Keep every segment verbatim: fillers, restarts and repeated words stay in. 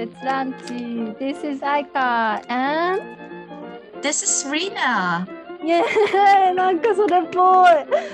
it's Ranchi. This is Aika and This is Rina. イエーイなんかそれっぽい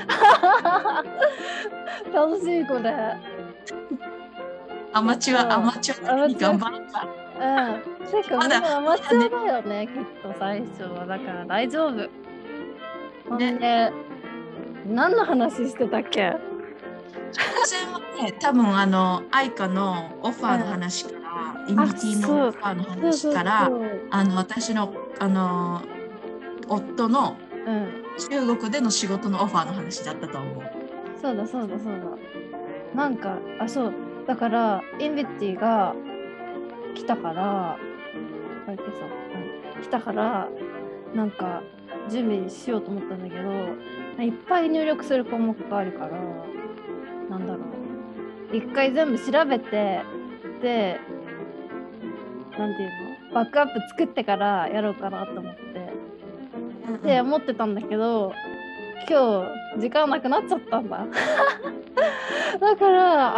楽しいこれ。 アマチュア、アマチュア的に頑張った。 うん。てかみんなアマチュアだよね、きっと最初は。だから大丈夫。ほんで、ね、何の話してたっけ？ 直前はね、多分あの、アイカのオファーの話から、うん、インビティのオファーの話から、あの、私の、あの、夫の中国での仕事のオファーの話だったと思う。 そうだそうだそうだ。なんか、あ、そう。だから、インビティが来たから、これ今朝、うん、来たから、なんか、準備しようと思ったんだけど、いっぱい入力する項目があるから、なんだろう。一回全部調べて、で、なんていうの、バックアップ作ってからやろうかなと思って、うんうん、で、思ってたんだけど、今日、時間なくなっちゃったんだ。だから、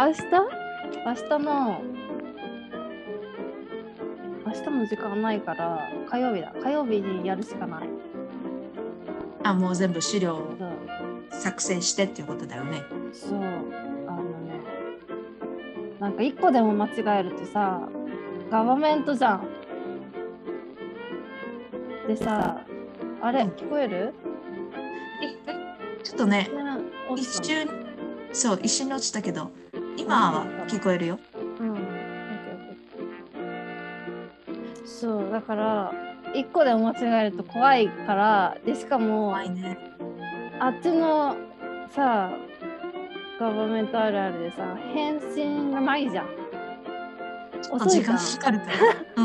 明日明日の、明日も時間ないから、火曜日だ。火曜日にやるしかない。 あ、もう全部資料を作成してっていうことだよね。 そう。あのね、なんか一個でも間違えるとさ、ガバメントじゃん。でさ、あれ、うん、聞こえる？ ちょっとね、一瞬、そう、一瞬に落ちたけど、今は聞こえるよ。うん。 そう、だから、一個でも間違えると怖いから、で、しかも、 怖いね、 あっちのさ、ガバメントあるあるでさ、返信がないじゃん。 遅いじゃん。時間かかるから。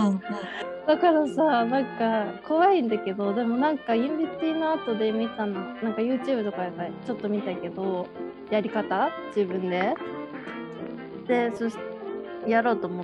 うんうん。 だからさ、なんか怖いんだけど、でもなんかインビティの後で見たの、なんか YouTube とかでちょっと見たけど、やり方自分で。で、そしやろうと思って、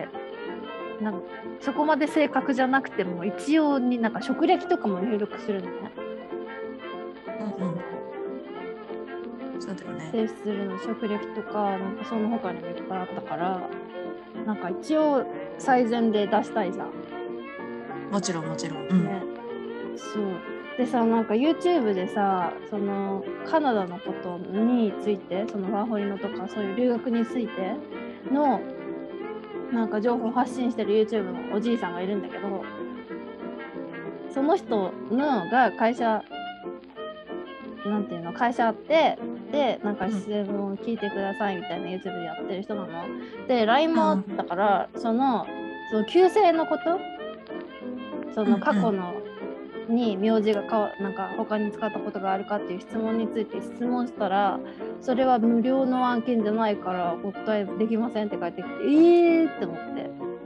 なんかそこまで正確じゃなくても、一応になんか職歴とかも入力するのね。 うんうん。そうだよね。 提出するの、職歴とか、なんかその他にもいっぱいあったから、なんか一応最善で出したいじゃん。 もちろんもちろん、うん、 ね、そうでさ、なんか YouTube でさ、そのカナダのことについて、そのワーホリのとかそういう留学についてのなんか情報を発信してる YouTube のおじいさんがいるんだけど、その人のが会社なんていうの、会社あって、でなんか質問を聞いてくださいみたいな YouTube でやってる人なので、 ライン もあったから、うん、そのその旧姓のこと、その過去のに名字がかわなんか他に使ったことがあるかっていう質問について質問したら、それは無料の案件じゃないからお答えできませんって書いてきて、えーって思って。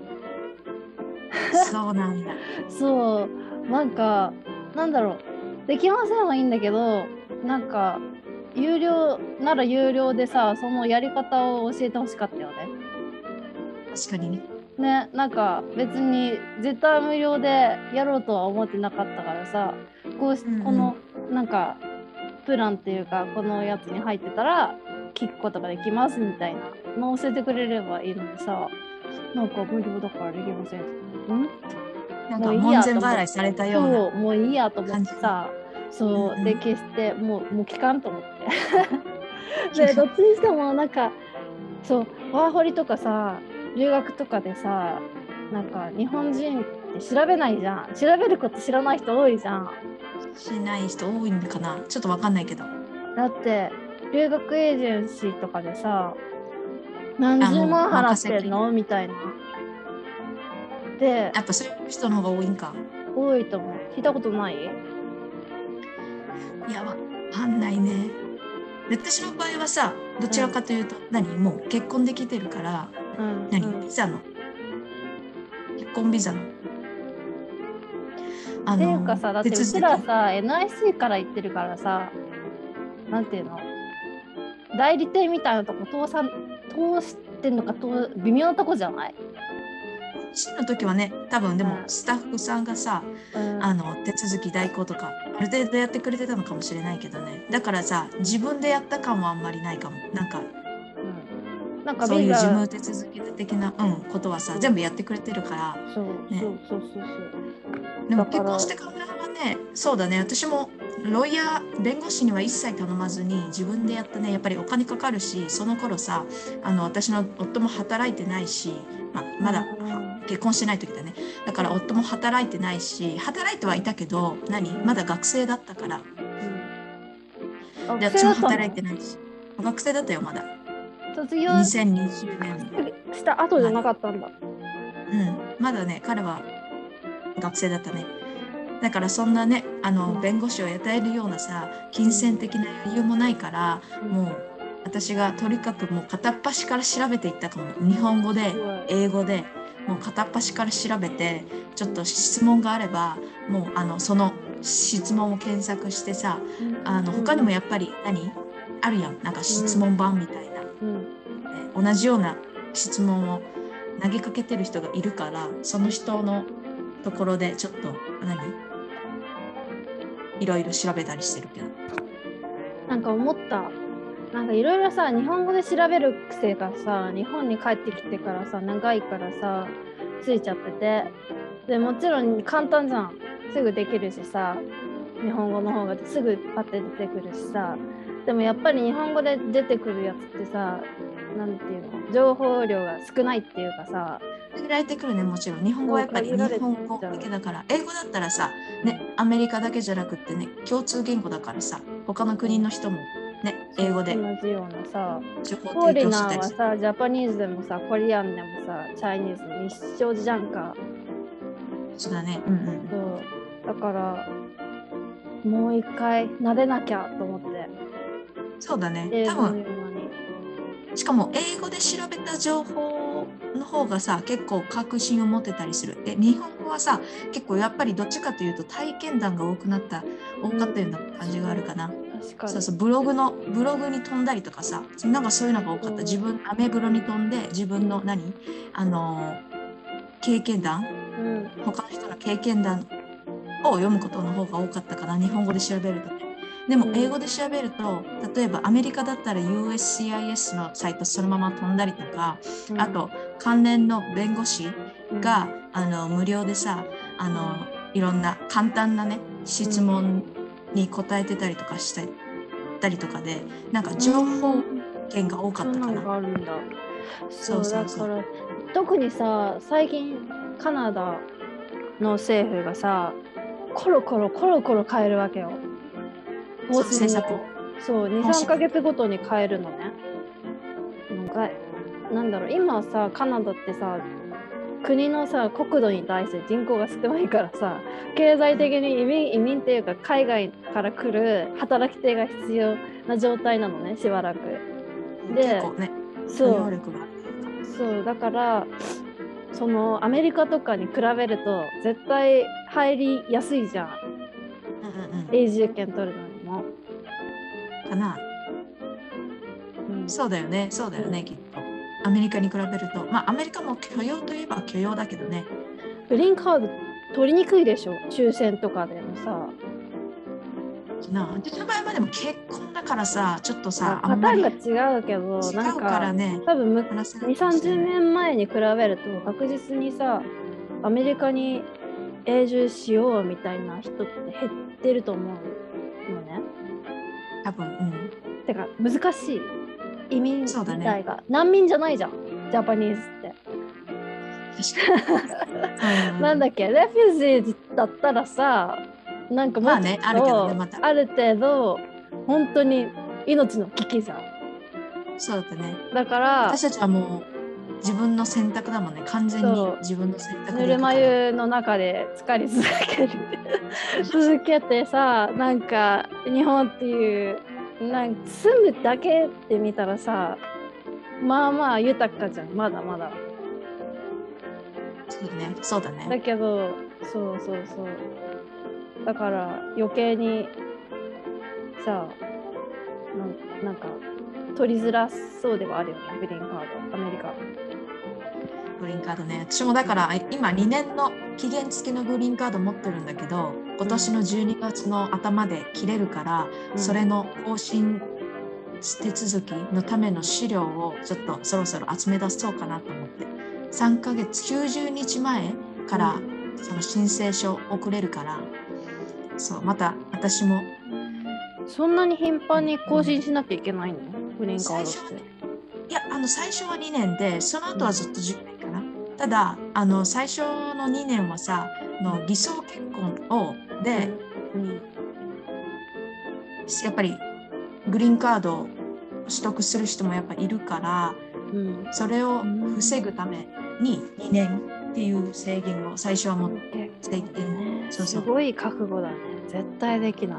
そうなんだ。 そう、なんかなんだろう、できませんはいいんだけど、なんか有料なら有料でさ、そのやり方を教えてほしかったよね。 確かにね。 ね、なんか別に絶対無料でやろうとは思ってなかったからさ、こうし、うんうん、このなんかプランっていうかこのやつに入ってたら聞くことができますみたいなのを教えてくれればいいのにさ、なんか無料だからできませんって、ん？ なんか門前払いされたような。 そう、もういいやと思ってさ、そう、うんうん、で消してもうもう聞かんと思ってで、どっちにしてもなんかそうワーホリとかさ、留学とかでさ、なんか日本人って調べないじゃん。調べること知らない人多いじゃん。 知らない人多いんかな、ちょっとわかんないけど。 だって留学エージェンシーとかでさ、何十万払ってんのみたいな。で、 やっぱそういう人の方が多いんか。 多いと思う。聞いたことない？ いや、わかんないね。私の場合はさ、どちらかというと、うん、何もう結婚できてるから、うん、何、うん、ビザの結婚ビザのあのっていうかさ、だってうちらさ エヌアイシー から行ってるからさ、なんていうの、代理店みたいなとこ通さ通してんのか通微妙なとこじゃない？ 市の時はね、多分でもスタッフさんがさ、うん、あの手続き代行とかある程度やってくれてたのかもしれないけどね。だからさ、自分でやった感はあんまりないかも。なんか、 なんかそういう事ビザ、 務手続き的な、うん、ことはさ、 そう全部やってくれてるから、 そうね、 そうそうそうそうでもだから結婚してからはね、そうだね、私もロイヤー、弁護士には一切頼まずに自分でやったね。やっぱりお金かかるし、その頃さ、あの私の夫も働いてないし、ま、まだは結婚してない時だね。だから夫も働いてないし、働いてはいたけど、何まだ学生だったから。 うん、 で、 学生私もだったの？ 働いてないし。学生だったよ、まだ。 卒業にせんにじゅうねんした後じゃなまで。 かったんだ。 うん、まだね、彼は学生だったね。だからそんなね、あの、弁護士を雇えるようなさ、金銭的な余裕もないから、 うん、 もう私がとにかくもう片っ端から調べていったかも。日本語で、 すごい。 英語で、もう片っ端から調べて、ちょっと質問があれば、もうあの、その質問を検索してさ、あの、他にもやっぱり何あるやん。なんか質問版みたいな。 うん、 で同じような質問を投げかけてる人がいるから、その人のところでちょっと何いろいろ調べたりしてるけど。 なんか思った。なんかいろいろさ、日本語で調べる癖がさ、日本に帰ってきてからさ、長いからさ、ついちゃってて。でもちろん簡単じゃん。すぐできるしさ、日本語の方がすぐパッて出てくるしさ。でもやっぱり日本語で出てくるやつってさ、なんていうの、情報量が少ないっていうかさ、 限られてくるね、もちろん。日本語はやっぱり日本語だけだから。英語だったらさ、ね、アメリカだけじゃなくってね、共通言語だからさ、他の国の人もね、英語で同じようなさ、 情報フォーリ提供しナーはたりする。 さ、ジャパニーズでもさ、コリアンでもさ、チャイニーズに一緒じゃんか。 そうだね。うんうん。 そう。だから、もう一回撫でなきゃと思って。 そうだね。 英語の多分、 ように。 しかも英語で調べた情報の方がさ、結構確信を持てたりする。で、日本語はさ、結構やっぱりどっちかというと体験談が多くなった、多かったような感じがあるかな。 確かに。 そうそう、ブログの、ブログに飛んだりとかさ、なんかそういうのが多かった。自分、アメブロに飛んで、自分の何あのー、経験談、 うん、 他の人の経験談を読むことの方が多かったかな、日本語で調べるとね。でも英語で調べると、例えばアメリカだったら ユーエスシーアイエス のサイトそのまま飛んだりとか、 うん、 あと関連の弁護士が、 うん、 あの無料でさ、あのいろんな簡単なね質問に答えてたりとかしたりとかで、なんか情報源が多かったかな。 そんなのがあるんだ。 そうそうそう。 だから特にさ、最近カナダの政府がさ、コロコロコロコロ変えるわけよ。方針を。そう、に、さんかげつごとに変えるのね。なんか、なんだろう、今さ、カナダってさ、国のさ、国土に対して人口が少ないからさ、経済的に移民、移民っていうか、海外から来る働き手が必要な状態なのね、しばらく。 で、結構ね、 そう、 力がある。 そう、だから、そのアメリカとかに比べると絶対入りやすいじゃん、 うんうんうん、 永住権取るのにも。 かな、うん、そうだよね、そうだよね、うん、きっと。アメリカに比べると、まあアメリカも許容といえば許容だけどね。 グリーンカード取りにくいでしょ、抽選とかでもさ。 なあ、私の場合はでも結婚だからさ、ちょっとさ、 パターンが違うけど、 違うからね、 多分に、さんじゅうねんまえに比べると確実にさ、アメリカに永住しようみたいな人って減ってると思うのね。 多分、うん。 てか難しい。移民自体が、ね、難民じゃないじゃん、ジャパニーズって。なんだっけ、レフュージーだったらさ、なんかもっと、 ね、あるけどね、またある程度本当に命の危機じゃん。 そうだね。 だから私たちはもう自分の選択だもんね、完全に自分の選択で。 ぬるま湯の中で浸かり続ける続けてさ、なんか日本っていうなんか住むだけって見たらさ、まあまあ豊かじゃん、まだまだ。 そうだね、そうだね。 だけど、そうそうそう。だから余計にさ、な, なんか取りづらそうではあるよね、グリーンカード、アメリカ。 グリーンカードね、私もだから今にねんの期限付きのグリーンカード持ってるんだけど、今年のじゅうにがつの頭で切れるから、うん、それの更新手続きのための資料をちょっとそろそろ集め出そうかなと思って、さんかげつきゅうじゅうにちまえからその申請書送れるから、そうまた私もそんなに頻繁に更新しなきゃいけないの？グリーンカードって。 いや、あの最初はにねんで、その後はずっとじゅうねんかな。ただあの最初のにねんはさ、の偽装結婚をで、 うんうん、 やっぱりグリーンカードを取得する人もやっぱいるから、うん、それを防ぐためににねんっていう制限を最初は持って制限、 そうそう、すごい覚悟だね。絶対できない。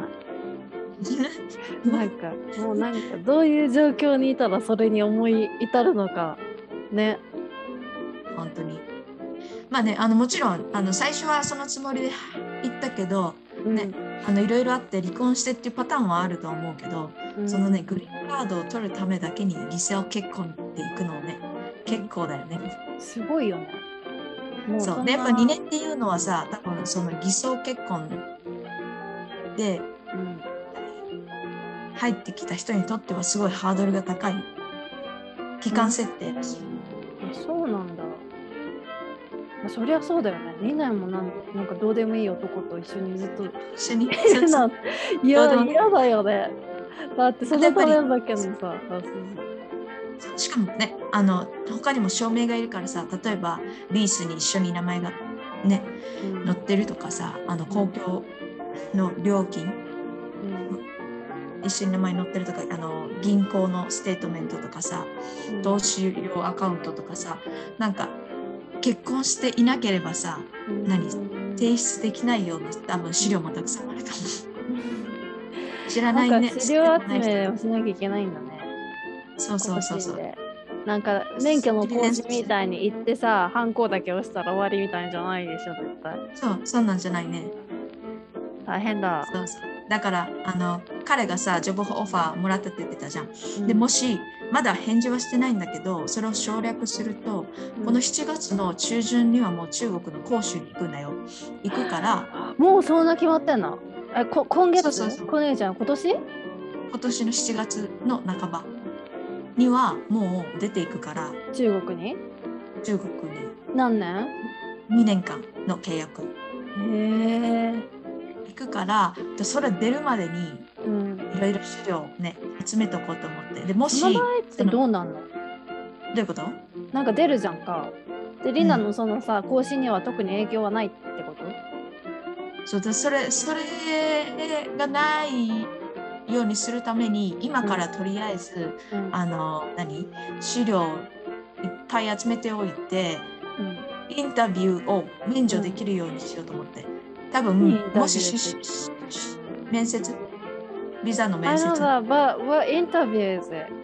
なんかもうなんかどういう状況にいたらそれに思い至るのかね。 本当に。まあね、あのもちろんあの最初はそのつもりで行ったけど、うん、ね、あのいろいろあって離婚してっていうパターンはあると思うけど、うん、そのねグリーンカードを取るためだけに偽装結婚っていくのね、結構だよね。 すごいよね。 もうそうでやっぱにねんっていうのはさ、多分その偽装結婚で、うん、入ってきた人にとってはすごいハードルが高い期間設定だし、 うん、そうなんだ。そりゃそうだよね。にねんもなんなんかどうでもいい男と一緒にずっと一緒にそうそういや嫌だよね。だってそのためだけのさ。 しかもね、あの他にも証明がいるからさ、例えばリースに一緒に名前がね、うん、載ってるとかさ、あの公共の料金、うん、一緒に名前載ってるとか、あの銀行のステートメントとかさ、うん、投資用アカウントとかさ、なんか結婚していなければさ、うん、何提出できないような多分資料もたくさんあると思う。知らないね。 資料集めをしなきゃいけないんだね。 そうそうそうそう。 なんか免許の更新みたいに行ってさ、ハンコだけ押したら終わりみたいじゃないでしょ、絶対。 そう、そんなんじゃないね。 大変だ。 そうそう。だからあの彼がさ、ジョブオファーもらったって言ってたじゃん。うん、でもしまだ返事はしてないんだけど、それを省略すると、うん、このしちがつの中旬にはもう中国の広州に行くんだよ。行くから。 もうそんな決まってんの？え、こ今月？そうそうそう。こねちゃん、今年？ 今年のしちがつの半ばにはもう出ていくから。 中国に？ 中国に。 何年？ にねんかんの契約。へえ。 行くから、それ出るまでにいろいろ資料ね、集めとこうと思って。でもしその場合ってどうなんの？ どういうこと？ なんか出るじゃんか。で、リナのそのさ、うん、更新には特に影響はないってこと？ そうだ、それそれがないようにするために今からとりあえず、うん、あの何資料いっぱい集めておいて、うん、インタビューを免除できるようにしようと思って。多分もし面接ビザの面接 I know that, but what interview is it?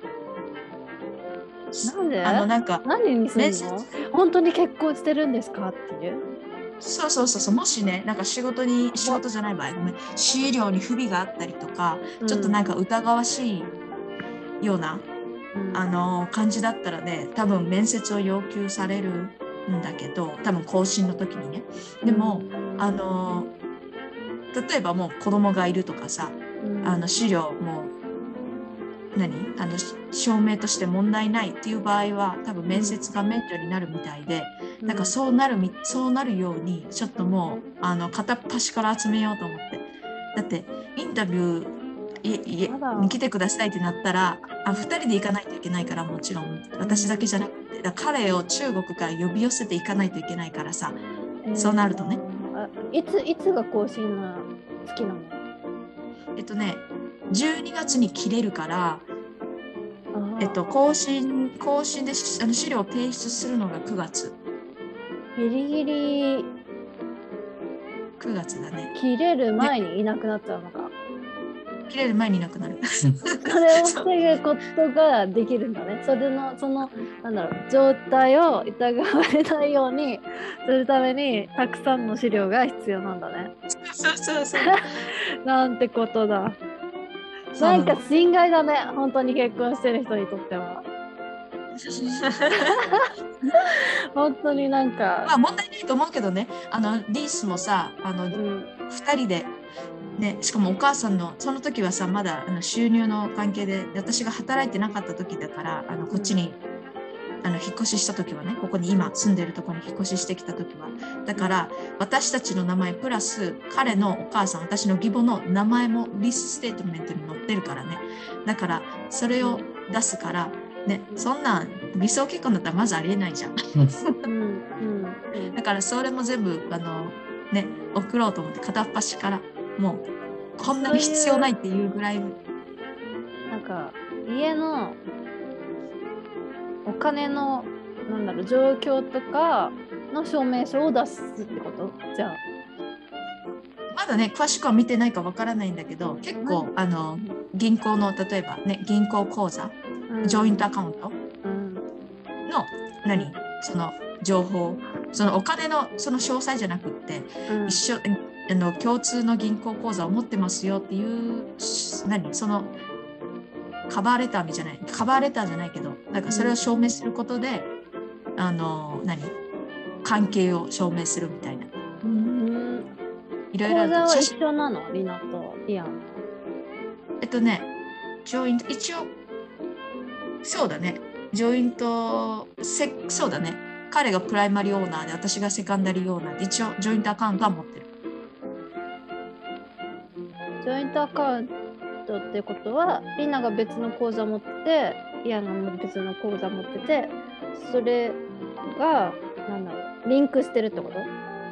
なんで？ あのなんか何にするの？本当に結婚してるんですかっていう？ そうそうそうそう、もしね、なんか仕事に仕事じゃない場合、ごめん、資料に不備があったりとか、うん、ちょっとなんか疑わしいような、うん、あの感じだったらね、多分面接を要求されるんだけど、多分更新の時にね。でも、うん、あの例えばもう子供がいるとかさ、うん、あの資料も何あの証明として問題ないっていう場合は多分面接が免除になるみたいで、うん、なんかそうなるそうなるようにちょっともうあの片っ端から集めようと思って。だってインタビューに来てくださいってなったら、あふたりで行かないといけないから、もちろん私だけじゃなくて、だ彼を中国から呼び寄せていかないといけないからさ、えー、そうなるとね。 いついつが更新の月なの？ えっとねじゅうにがつに切れるから、えっと、更新更新であの資料を提出するのがくがつ。 ギリギリくがつだね。 切れる前にいなくなっちゃうのか。 切れる前にいなくなる。 それを防ぐことができるんだね。それのそのなんだろう状態を疑われないようにするためにたくさんの資料が必要なんだね。 そうそうそう。 なんてことだ。なんか心外だね。本当に結婚してる人にとっては。本当になんか。 まあ問題ないと思うけどね。あのリースもさ、あの、うん、ふたりでね、しかもお母さんのその時はさまだあの収入の関係で私が働いてなかった時だからあのこっちに、うん、あの引っ越しした時はねここに今住んでるところに引っ越ししてきた時はだから私たちの名前プラス彼のお母さん私の義母の名前もリースステートメントに載ってるからねだからそれを出すからねそんな偽装結婚だったらまずありえないじゃん、うんうん、だからそれも全部あのね送ろうと思って片っ端からもうこんなに必要ないっていうぐらいなんか家のお金のなんだろう状況とかの証明書を出すってことじゃあまだね詳しくは見てないかわからないんだけど結構あの銀行の例えばね銀行口座、うん、ジョイントアカウントの、うん、何その情報そのお金のその詳細じゃなくって、うん、一緒あの共通の銀行口座を持ってますよっていう何そのカバーレターじゃないカバーレターじゃないけどなんかそれを証明することで、うん、あの何関係を証明するみたいな。うん、 いろいろ口座は一緒なのリナとイアン。 えっとねジョイント一応そうだねジョイントせそうだね彼がプライマリオーナーで私がセカンダリーオーナーで一応ジョイントアカウントは持ってる。 ジョイントアカウントってことはリナが別の口座持っててイアンが別の口座持っててそれがなんだろうリンクしてるってこと？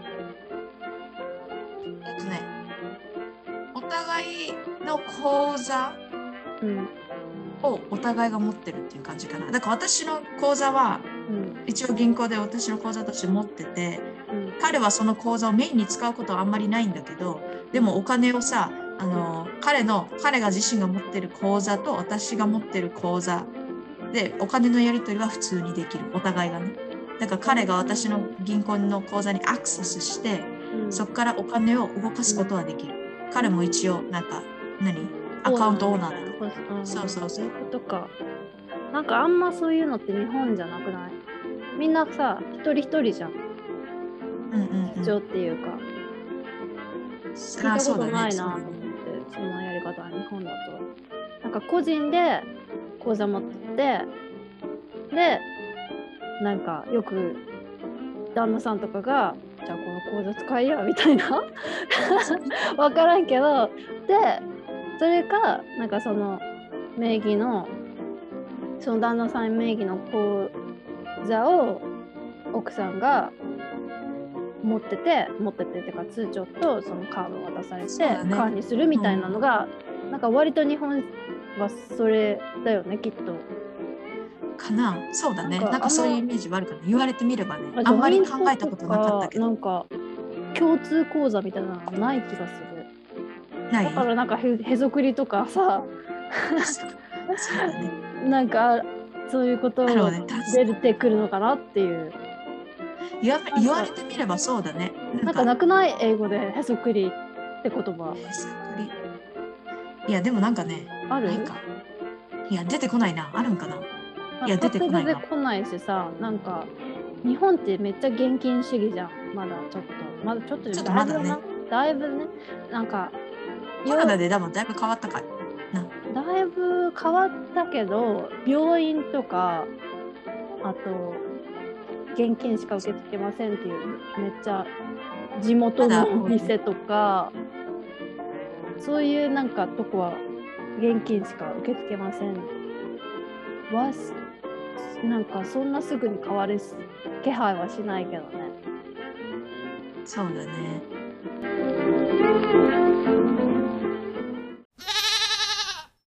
えっとねお互いの口座をお互いが持ってるっていう感じかな。だから私の口座は、うん、一応銀行で私の口座として持ってて、うん、彼はその口座をメインに使うことはあんまりないんだけどでもお金をさあの彼の彼が自身が持ってる口座と私が持ってる口座でお金のやり取りは普通にできるお互いがねだから彼が私の銀行の口座にアクセスして、うん、そこからお金を動かすことはできる、うん、彼も一応なんか何アカウントオーナーだから、うん、そうそうそうそういうことか。なんかあんまそういうのって日本じゃなくない？みんなさ一人一人じゃん、うんうんうん、一応っていうか聞いたことないなと思って、そのやり方は日本だとなんか個人で口座持っててでなんかよく旦那さんとかがじゃあこの口座使いやみたいな分からんけどでそれかなんかその名義のその旦那さん名義の口座を奥さんが持ってて持っててってか通帳とそのカードを渡されて、ね、管理するみたいなのが、うん、なんか割と日本はそれだよねきっと。 かなそうだねなんかそういうイメージはあるかな言われてみればねあんまり考えたことなかったけどなんか共通口座みたいなのない気がする。 ないだからなんかへへそくりとかさそうだねなんかそういうことが出てくるのかなっていう。 言わ、言われてみればそうだね。 なんかなくない英語でへそくりって言葉。 へそくり。いやでもなんかね。 ある？ ないか。いや出てこないな。あるんかな。いや出てこないな。 出てこないしさ、なんか日本ってめっちゃ現金主義じゃん。まだちょっとまだちょっとちょっとまだね。 だいぶねなんか。 カナダで多分だいぶ変わったかな。 だいぶ変わったけど病院とかあと現金しか受け付けませんっていうめっちゃ地元の店とかそういうなんかとこは現金しか受け付けませんはなんかそんなすぐに変わる気配はしないけどね。 そうだね。